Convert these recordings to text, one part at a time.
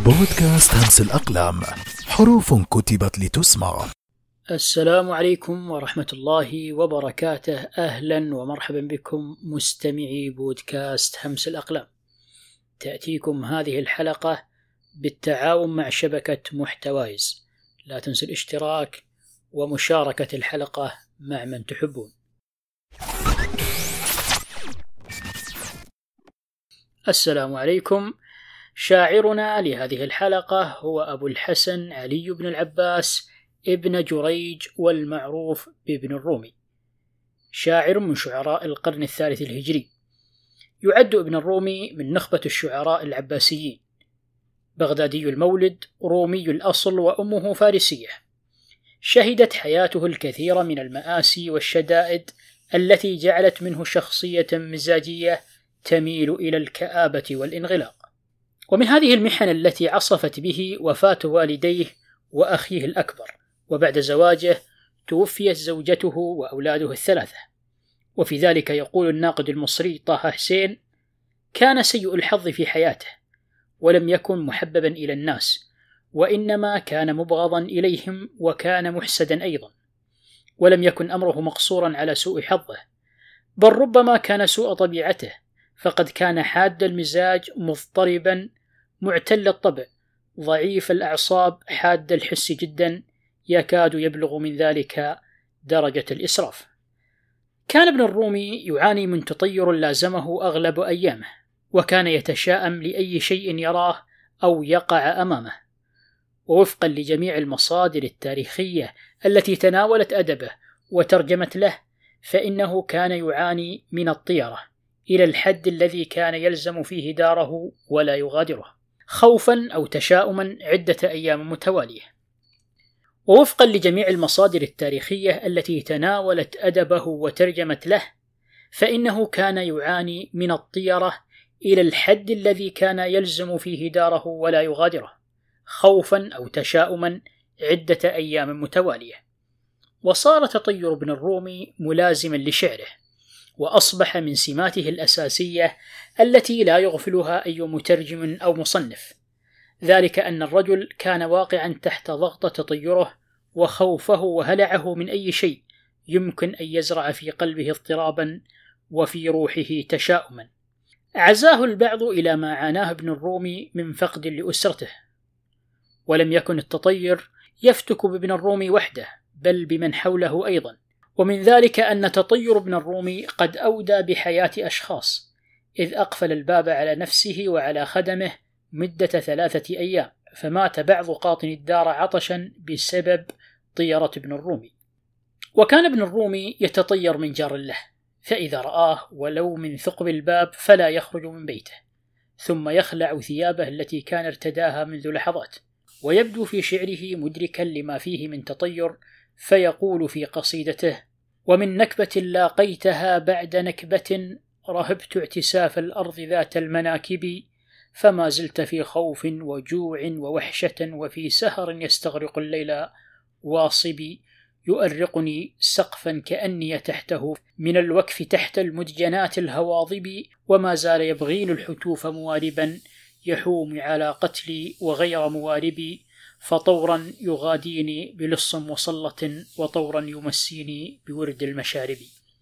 بودكاست همس الأقلام، حروف كتبت لتسمع. السلام عليكم ورحمة الله وبركاته. أهلا ومرحبا بكم مستمعي بودكاست همس الأقلام. تأتيكم هذه الحلقة بالتعاون مع شبكة محتوايز. لا تنسوا الاشتراك ومشاركة الحلقة مع من تحبون. السلام عليكم. شاعرنا لهذه الحلقة هو أبو الحسن علي بن العباس ابن جريج، والمعروف بابن الرومي، شاعر من شعراء القرن الثالث الهجري. يعد ابن الرومي من نخبة الشعراء العباسيين، بغدادي المولد، رومي الأصل، وأمه فارسية. شهدت حياته الكثير من المآسي والشدائد التي جعلت منه شخصية مزاجية تميل إلى الكآبة والانغلاق. ومن هذه المحن التي عصفت به وفاة والديه وأخيه الأكبر، وبعد زواجه توفيت زوجته وأولاده الثلاثة. وفي ذلك يقول الناقد المصري طه حسين: كان سيء الحظ في حياته، ولم يكن محببا إلى الناس، وإنما كان مبغضا إليهم، وكان محسدا أيضا. ولم يكن أمره مقصورا على سوء حظه، بل ربما كان سوء طبيعته، فقد كان حاد المزاج، مضطربا، معتل الطبع، ضعيف الأعصاب، حاد الحس جدا، يكاد يبلغ من ذلك درجة الإسراف. كان ابن الرومي يعاني من تطير لازمه أغلب أيامه، وكان يتشائم لأي شيء يراه أو يقع أمامه. ووفقا لجميع المصادر التاريخية التي تناولت أدبه وترجمت له، فإنه كان يعاني من الطيرة إلى الحد الذي كان يلزم فيه داره ولا يغادره، خوفا أو تشاؤما عدة أيام متوالية. ووفقا لجميع المصادر التاريخية التي تناولت أدبه وترجمت له، فإنه كان يعاني من الطيرة إلى الحد الذي كان يلزم فيه داره ولا يغادره، خوفا أو تشاؤما عدة أيام متوالية. وصار تطير ابن الرومي ملازما لشعره، وأصبح من سماته الأساسية التي لا يغفلها أي مترجم أو مصنف، ذلك أن الرجل كان واقعا تحت ضغط تطيره وخوفه وهلعه من أي شيء يمكن أن يزرع في قلبه اضطرابا وفي روحه تشاؤما. عزاه البعض إلى ما عاناه ابن الرومي من فقد لأسرته. ولم يكن التطير يفتك بابن الرومي وحده، بل بمن حوله أيضا. ومن ذلك أن تطير ابن الرومي قد أودى بحياة أشخاص، إذ أقفل الباب على نفسه وعلى خدمه مدة 3 أيام، فمات بعض قاطن الدار عطشا بسبب طيرة ابن الرومي. وكان ابن الرومي يتطير من جار له، فإذا رآه ولو من ثقب الباب فلا يخرج من بيته، ثم يخلع ثيابه التي كان ارتداها منذ لحظات، ويبدو في شعره مدركا لما فيه من تطير، فيقول في قصيدته: ومن نكبة لاقيتها بعد نكبة، رهبت اعتساف الأرض ذات المناكب، فما زلت في خوف وجوع ووحشة، وفي سهر يستغرق الليل واصبي، يؤرقني سقفا كأني تحته من الوكف تحت المدجنات الهواضب، وما زال يبغين الحتوف مواربا، يحوم على قتلي وغير مواربي، فطورا يغاديني بلص وصلة، وطورا يمسيني بورد المشارب.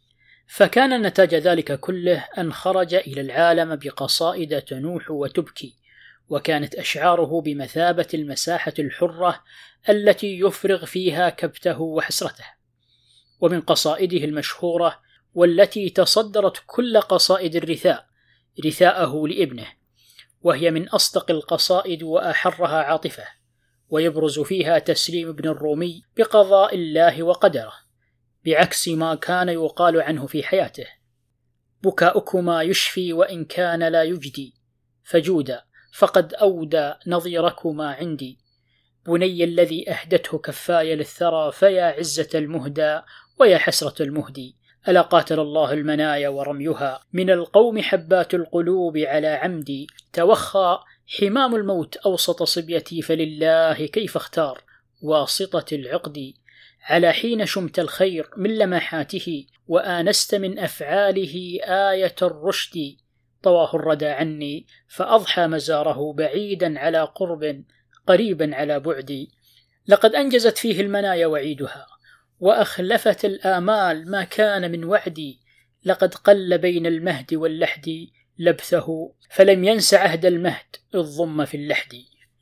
فكان نتاج ذلك كله أن خرج إلى العالم بقصائد تنوح وتبكي، وكانت أشعاره بمثابة المساحة الحرة التي يفرغ فيها كبته وحسرته. ومن قصائده المشهورة والتي تصدرت كل قصائد الرثاء، رثاءه لابنه، وهي من أصدق القصائد وأحرها عاطفة، ويبرز فيها تسليم ابن الرومي بقضاء الله وقدره، بعكس ما كان يقال عنه في حياته: بكاؤكما يشفي وإن كان لا يجدي، فجودا فقد أودى نظيركما عندي، بني الذي أهدته كفاي للثرى، فيا عزة المهدى ويا حسرة المهدي، ألا قاتل الله المنايا ورميها، من القوم حبات القلوب على عمدي، توخى حمام الموت أوسط صبيتي، فلله كيف اختار واسطة العقد، على حين شمت الخير من لمحاته، وآنست من أفعاله آية الرشد، طواه الردى عني، فأضحى مزاره بعيدا على قرب قريبا على بعدي. لقد أنجزت فيه المنايا وعيدها، وأخلفت الآمال ما كان من وعدي. لقد قل بين المهد واللحد لبثه، فلم ينس عهد المهد إذ ضم في اللحد.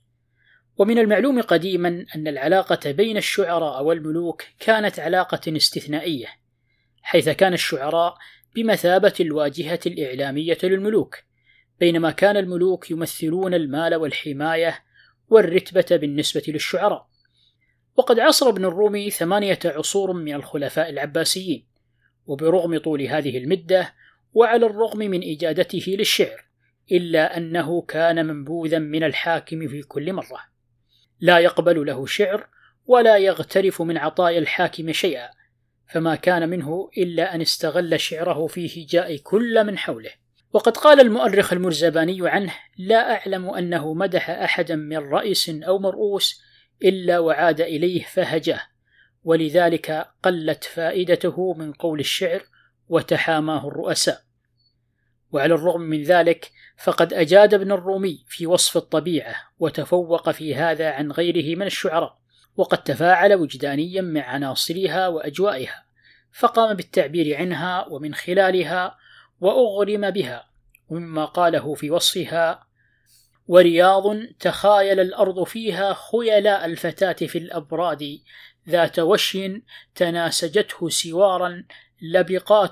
ومن المعلوم قديما أن العلاقة بين الشعراء والملوك كانت علاقة استثنائية، حيث كان الشعراء بمثابة الواجهة الإعلامية للملوك، بينما كان الملوك يمثلون المال والحماية والرتبة بالنسبة للشعراء. وقد عاصر ابن الرومي 8 عصور من الخلفاء العباسيين، وبرغم طول هذه المدة وعلى الرغم من إجادته للشعر، إلا أنه كان منبوذا من الحاكم في كل مرة، لا يقبل له شعر ولا يغترف من عطايا الحاكم شيئا، فما كان منه إلا أن استغل شعره في هجاء كل من حوله. وقد قال المؤرخ المرزباني عنه: لا أعلم أنه مدح أحدا من رئيس أو مرؤوس إلا وعاد إليه فهجاه، ولذلك قلت فائدته من قول الشعر وتحاماه الرؤساء. وعلى الرغم من ذلك فقد أجاد ابن الرومي في وصف الطبيعة، وتفوق في هذا عن غيره من الشعراء، وقد تفاعل وجدانيا مع عناصرها وأجوائها، فقام بالتعبير عنها ومن خلالها، وأغرم بها. ومما قاله في وصفها: ورياض تخايل الأرض فيها خيلاء الفتاة في الأبراد، ذات وشي تناسجته سوارا لبقات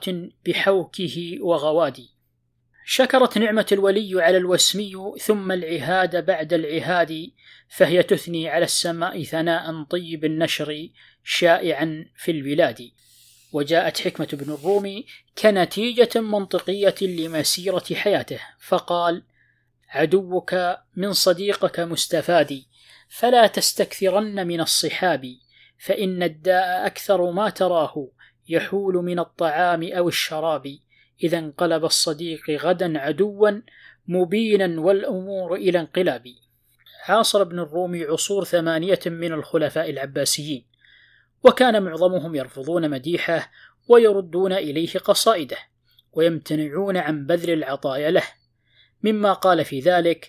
بحوكه وغوادي. شكرت نعمة الولي على الوسمي ثم العهاد بعد العهاد، فهي تثني على السماء ثناء طيب النشر شائعا في البلاد. وجاءت حكمة ابن الرومي كنتيجة منطقية لمسيرة حياته، فقال: عدوك من صديقك مستفادي، فلا تستكثرن من الصحاب، فإن الداء أكثر ما تراه يحول من الطعام أو الشراب، إذا انقلب الصديق غدا عدوا مبينا والأمور إلى انقلاب. عاصر ابن الرومي عصور 8 من الخلفاء العباسيين، وكان معظمهم يرفضون مديحه ويردون إليه قصائده، ويمتنعون عن بذل العطايا له، مما قال في ذلك: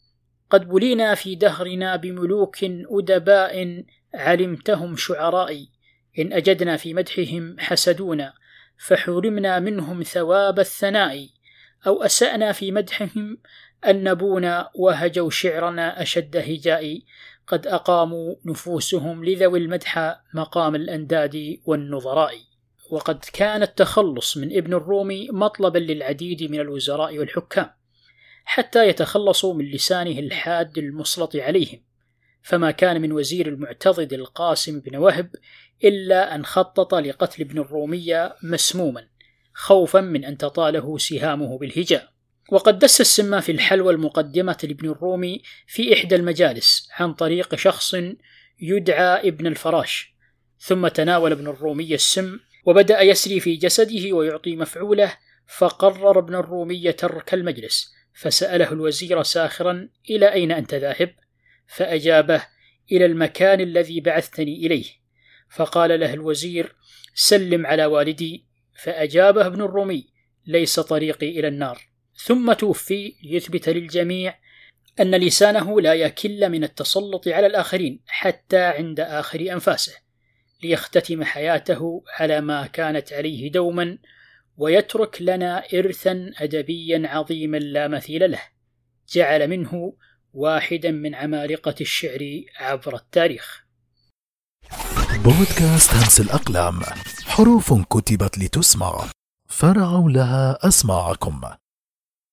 قد بلينا في دهرنا بملوك أدباء علمتهم شعرائي، إن أجدنا في مدحهم حسدونا فحرمنا منهم ثواب الثناء، أو أسأنا في مدحهم أنبونا وهجوا شعرنا أشد هجاء، قد أقاموا نفوسهم لذوي المدح مقام الأنداد والنظراء. وقد كان التخلص من ابن الرومي مطلبا للعديد من الوزراء والحكام، حتى يتخلصوا من لسانه الحاد المسلط عليهم، فما كان من وزير المعتضد القاسم بن وهب إلا أن خطط لقتل ابن الرومي مسموما، خوفا من أن تطاله سهامه بالهجاء. وقد دس السم في الحلوى المقدمة لابن الرومي في إحدى المجالس عن طريق شخص يدعى ابن الفراش، ثم تناول ابن الرومي السم وبدأ يسري في جسده ويعطي مفعوله، فقرر ابن الرومي ترك المجلس، فسأله الوزير ساخرا: إلى أين أنت ذاهب؟ فأجابه: إلى المكان الذي بعثتني إليه. فقال له الوزير: سلم على والدي. فأجابه ابن الرومي: ليس طريقي إلى النار. ثم توفي ليثبت للجميع أن لسانه لا يكل من التسلط على الآخرين حتى عند آخر أنفاسه، ليختتم حياته على ما كانت عليه دوما، ويترك لنا إرثا أدبيا عظيما لا مثيل له، جعل منه واحدا من عمالقة الشعر عبر التاريخ. بودكاست همس الأقلام، حروف كتبت لتسمع، فرعوا لها أسماعكم.